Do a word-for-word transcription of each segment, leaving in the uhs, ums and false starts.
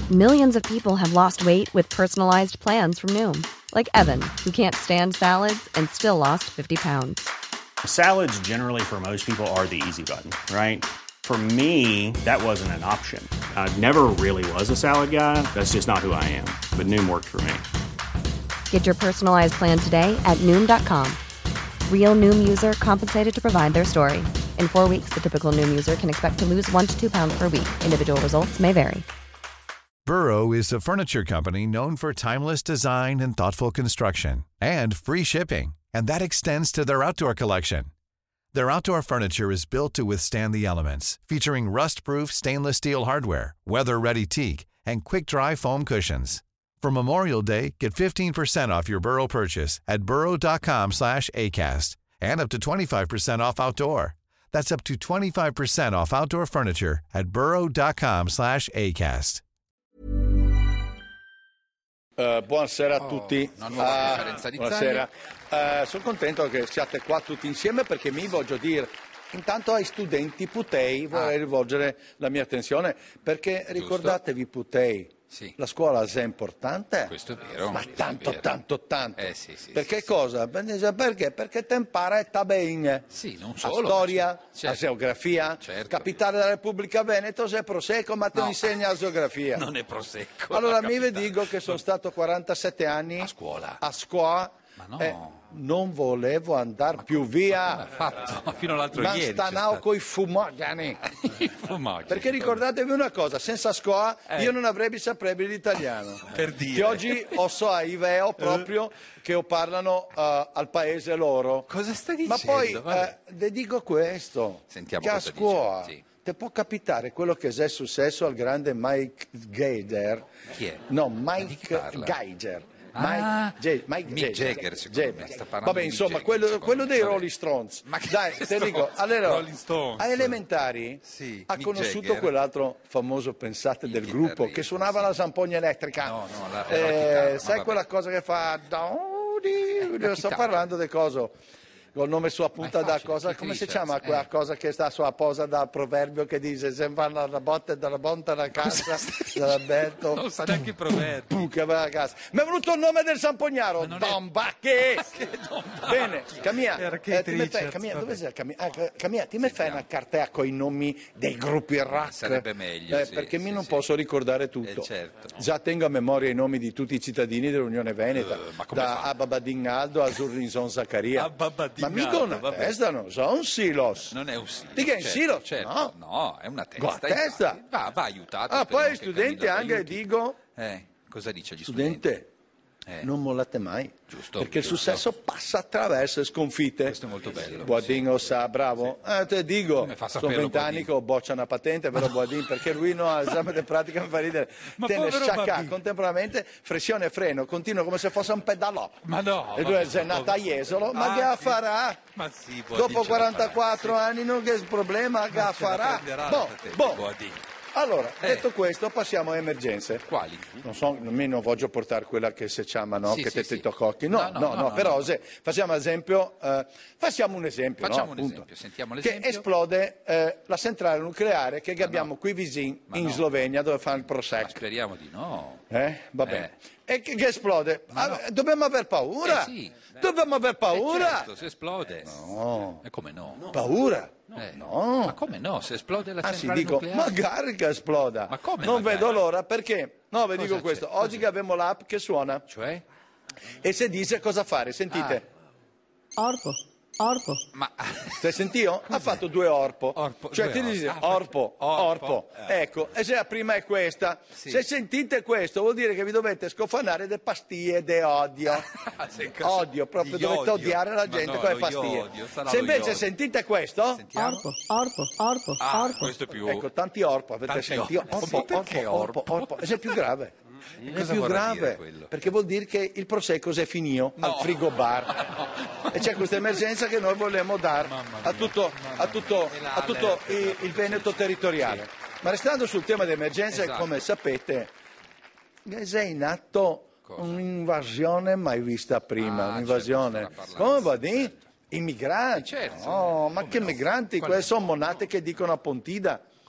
Millions of people have lost weight with personalized plans from Noom. Like Evan, who can't stand salads and still lost fifty pounds. Salads generally for most people are the easy button, right? For me, that wasn't an option. I never really was a salad guy. That's just not who I am. But Noom worked for me. Get your personalized plan today at Noom dot com. Real Noom user compensated to provide their story. In four weeks, the typical Noom user can expect to lose one to two pounds per week. Individual results may vary. Burrow is a furniture company known for timeless design and thoughtful construction, and free shipping, and that extends to their outdoor collection. Their outdoor furniture is built to withstand the elements, featuring rust-proof stainless steel hardware, weather-ready teak, and quick-dry foam cushions. For Memorial Day, get fifteen percent off your Burrow purchase at burrow dot com slash acast, and up to twenty-five percent off outdoor. That's up to twenty-five percent off outdoor furniture at burrow dot com slash acast. Uh, buonasera a Oh, tutti. una nuova Ah, conferenza di buonasera. Uh, sono contento che siate qua tutti insieme perché mi voglio dire, intanto ai studenti Putei vorrei Ah. rivolgere la mia attenzione perché ricordatevi Putei, Sì. la scuola è importante. Questo è vero. Ma questo è tanto, vero. tanto, tanto. Eh, sì, sì, perché sì, cosa? Perché? Perché te impara e sta bene. Sì, non A solo. storia, certo. a geografia, Certo. capitale della Repubblica Veneto, se è prosecco, ma te lo No. insegna la geografia. Non è prosecco. Allora la mi vi capitale. dico che sono stato quarantasette anni A scuola. a scuola Ma no. e non volevo andare più via. L'ha fatto fino all'altro Ma ieri. c'è stanao stato. coi fumogani. I fumogeni. Perché ricordatevi una cosa, senza scuola Eh. io non avrei saputo l'italiano. Per dire. Che oggi ho so a Iveo proprio che parlano eh, al paese loro. Cosa stai Ma dicendo? poi Vabbè. eh, vi dico questo, Sentiamo che a cosa dice, scuola sì. ti può capitare quello che è successo al grande Mike Geiger. Chi è? No, Di chi Mike parla? Geiger. Ah, Mike, Ge- Mike Mick Jagger, Jagger, secondo Jagger. me, sta parlando Vabbè, di Mick insomma, Jagger, quello, secondo quello me. dei Vabbè. Rolling Stones. Ma che Dai, te Stones? dico, allora, Rolling Stones. a elementari Sì, ha Mick conosciuto Jagger. quell'altro famoso, pensate, Il del gruppo chitarrista, che suonava sì. la zampogna elettrica. No, no, la- Eh, la chitarra, ma sai vabbè. quella cosa che fa? Sto chitarra. parlando di cosa? Col nome sulla punta Ma è da facile, cosa, Keith come si Richards, chiama quella eh. cosa che sta sulla posa da proverbio che dice se vanno alla botte dalla bonta alla casa dalla betto Non sa neanche i proverbi. tu che va a casa. Mi è venuto il nome del zampognaro, non è- Don Bacchi. Bene, Camilla, Era eh, Keith ti mi fai, Richards, Camilla, vabbè. dove sei Camilla? Ah, Camilla, ti mi fai una cartea con i nomi dei gruppi rock? Sarebbe meglio, Eh, sì, perché mi sì, non sì. posso ricordare tutto. Eh, certo. Già tengo a memoria i nomi di tutti i cittadini dell'Unione Veneta, Eh, ma come da fa? Ababadin Aldo a Zurrinson Zaccaria. Ababadin Ma mica Aldo, una vabbè. testa, non so, un silos. Non è un silos. Di che è un certo, silos? certo. No. No, è una testa. Con la testa? infatti. Va, va aiutato. Ah, poi speriamo gli che studenti Camillo anche, aiuti. dico, Eh, cosa dice agli studenti? studente, Eh. non mollate mai, Giusto, perché il giusto. successo passa attraverso le sconfitte. Questo è molto bello. Boadin lo sa, bravo. Eh, te dico, Come fa a sono saperlo vent'anni Boadin? che ho boccia una patente, però Boadin, perché lui no, all'esame di pratica mi fa ridere. Ma Te ne povero sciacca Boadin. contemporaneamente, flessione e freno, continua come se fosse un pedalò. Ma no, E lui vabbè, è nato a Jesolo, ma Ah, che la sì. farà? Ma sì, Boadin Dopo ce la quarantaquattro farà, anni non che è il problema, che la sì. Ce la farà? prenderà la Boh, patente, boh. Boadin. Allora, Eh. detto questo, passiamo a emergenze. Quali? Non so, nemmeno voglio portare quella che si chiama, no? Sì, che sì, te sì. ti tocchi. No, No, no, no, no, no, no, però no. se facciamo esempio, eh, facciamo un esempio, Facciamo no? un Appunto. esempio, sentiamo Che l'esempio. esplode eh, la centrale nucleare che abbiamo qui vicino Ma in no. Slovenia dove fanno il Ma Prosecco. speriamo di no. Eh? Va bene. E che, che esplode? Ma no. Ah, dobbiamo aver paura? Eh sì. Dobbiamo aver paura? Eh, certo, se esplode. No. E come no? Paura? Eh, No. Ma come no? Se esplode la Anzi, centrale dico, nucleare. magari che esploda. Ma come Non magari? vedo l'ora perché. No, vi Cosa dico c'è? questo. Cosa Oggi che abbiamo l'app che suona Cioè? e se dice cosa fare, sentite. Orpo, orpo. Ma Stai sentito? Ha fatto due orpo. Orpo, Cioè due ti dice orpo. Ah, orpo, orpo. orpo. Ecco, e se la prima è questa. Sì. Se sentite questo vuol dire che vi dovete scofanare le pastiglie di odio. Se cosa- Odio, proprio di dovete odio. odiare la Ma gente no, con le lo pastiglie. iodio, sarà Se lo invece iodio. sentite questo, Sentiamo. Orpo, orpo, orpo, Ah, orpo. questo è più... ecco, tanti orpo, avete Tanti sentito? orpo. Orpo, Sì, orpo, perché orpo, orpo? orpo. E se è più grave. È Cosa più vorrà grave, dire quello? perché vuol dire che il prosecco si è finito al frigo bar. E c'è questa emergenza che noi vogliamo dare a tutto, a tutto, a tutto il, il Veneto territoriale. Ma restando sul tema delle emergenze, Esatto. come sapete, è in atto Cosa? un'invasione mai vista prima, Ah, un'invasione. certo, starà parlando, Come va a sì, dire? I migranti. Eh, certo. No, ma Come che no? migranti? Quali Quelle sono monate che dicono a Pontida.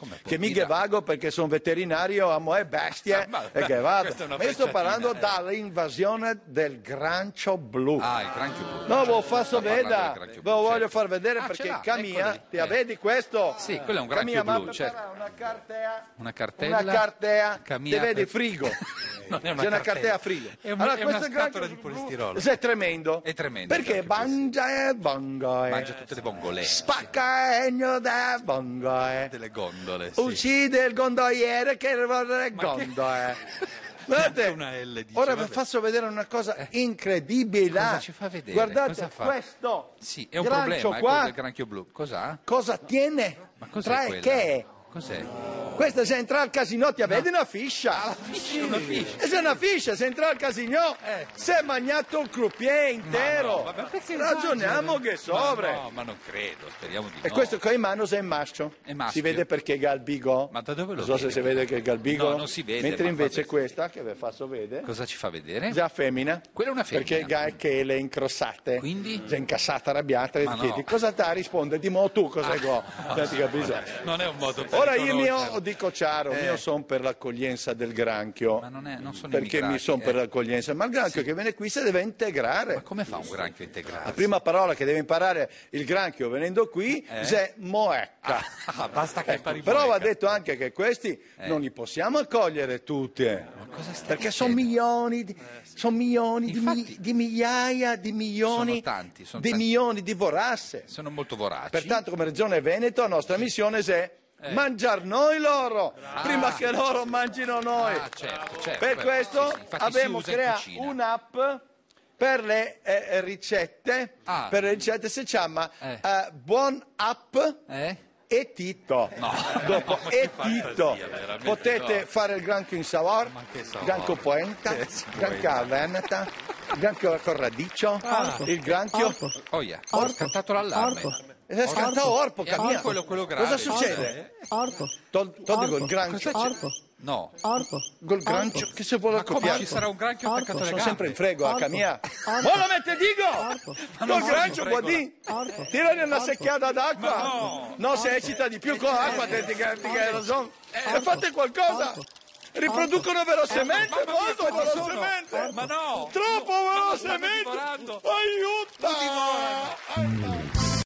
Come può che mi dire? che vago perché sono veterinario, amo e bestie Ah, ma- e che vado. questa è una Ma io sto parlando frecciatina, eh. dall'invasione del grancio blu. Ah, il granchio blu. No, ve lo faccio Sta parlando del vedere, granchio ve blu, lo voglio certo. far vedere Ah, ce perché l'ha, Camia, eccolo lì. ti Eh. vedi questo? Sì, quello è un Camia, granchio ma blu, prepara certo. una cartea, Una cartella? una cartea, Camia ti vedi per- frigo. Non è una C'è una cartella. cartea frigo. È un- è questo una il granchio scatola di blu, polistirolo. questo è tremendo. È tremendo il Perché granchio blu, mangia e bongo. Mangia tutte le bongole. Spacca egno da bongo. Delle gondole, sì. Uccide il gondoliere che vorrei Ma che- gondole. Guardate, Una L dice, ora vi vabbè. faccio vedere una cosa incredibile. Cosa ci fa vedere? Guardate Cosa fa? questo. Sì, è un grancio problema, è qua. quello del granchio blu. Cos'ha? Cosa tiene? Ma cos'è Tra quella? che? Cos'è? Questa se entra al casino ti vedi una fiscia. Ah, la fiscia, una fiscia. E se è una fiscia, se entra al casino, Eh. si è mangiato il croupier intero. Ma no, vabbè, perché Ragioniamo esagera? che sopra. Ma no, ma non credo, speriamo di E no. questo con i manos è maschio. È maschio. Si vede perché è galbigo. Ma da dove lo Non so se vede? si vede che è galbigo. No, non si vede, Mentre ma invece vabbè. questa, che vi faccio vedere, Cosa ci fa vedere? già femmina. Quella è una femmina. Perché ga- che le incrossate. Quindi? Già incassata, arrabbiata, e Ma ti no. chiedi cosa ti risponde? Dimmo tu cosa è go. Non ti capisco. Non è un modo per Ora io mio, riconoscerlo. dico chiaro, Eh. io sono per l'accoglienza del granchio. Ma non, è, non sono Perché mi immigrati, sono per eh. l'accoglienza, ma il granchio che viene qui si deve integrare. Ma come fa un granchio a integrarsi? La prima parola che deve imparare il granchio venendo qui è moecca. Ah, basta che impari Però va moecca. detto anche che questi non li possiamo accogliere tutti, eh. cosa stai perché sono dicendo? milioni, di, son milioni di, Infatti- mi- di migliaia di milioni Sono tanti, sono di tanti. milioni di vorasse. Sono molto voraci. Pertanto come Regione Veneto la nostra missione è mangiar noi loro prima che loro mangino noi. Ah, certo, certo. Per Beh, questo sì, sì, infatti abbiamo si usa in creato cucina. un'app per le eh, ricette, Ah. per le ricette si chiama Eh. eh, Buon App Eh? e Tito. No. Dopo Ma e che Tito fantasia, veramente potete no. fare il granchio in savor, Ma che savor? granchio poenta, Eh, sì, granchio a veneta, granchio con radicchio, il granchio. Oh yeah, ho scattato l'allarme. E è scattato orpo, E anche Camilla. quello- quello grave. Cosa succede? Orco. Tol- Tolgo il granchio. Cosa c'è? Orco. No. Orco. Col granchio che se vuole Ma come copiare. ci sarà un granchio Orco, attaccato alle Sono gambe? sempre in frego a Orco. Camilla. Orco. Ma lo mette digo! Orco. Ma Col non granchio sono può fregola. di? Orco. Tiragli una Orco. secchiata d'acqua. Ma no. No, si eccita di più con l'acqua, te ti ti- ti- lo so. E fate qualcosa. Orco. Riproducono velocemente, Ma- ma- ma- molto quanti sono? velocemente. Ma no. Troppo stanno velocemente. divorando. Aiuta!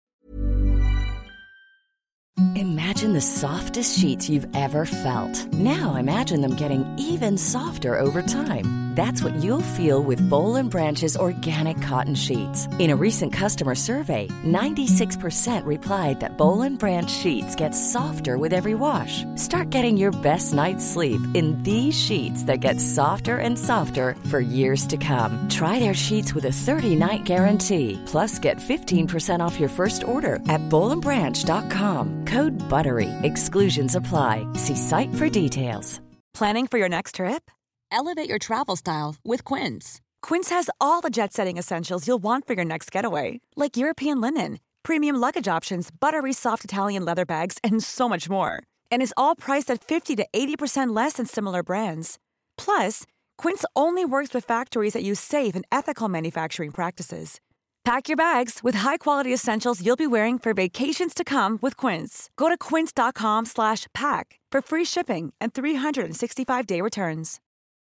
Imagine the softest sheets you've ever felt. Now imagine them getting even softer over time. That's what you'll feel with Bowl and Branch's organic cotton sheets. In a recent customer survey, ninety-six percent replied that Bowl and Branch sheets get softer with every wash. Start getting your best night's sleep in these sheets that get softer and softer for years to come. Try their sheets with a thirty-night guarantee. Plus, get fifteen percent off your first order at bowl and branch dot com. Code BUTTERY. Exclusions apply. See site for details. Planning for your next trip? Elevate your travel style with Quince. Quince has all the jet-setting essentials you'll want for your next getaway, like European linen, premium luggage options, buttery soft Italian leather bags, and so much more. And is all priced at fifty to eighty percent less than similar brands. Plus, Quince only works with factories that use safe and ethical manufacturing practices. Pack your bags with high-quality essentials you'll be wearing for vacations to come with Quince. Go to quince dot com slash pack for free shipping and three sixty-five day returns.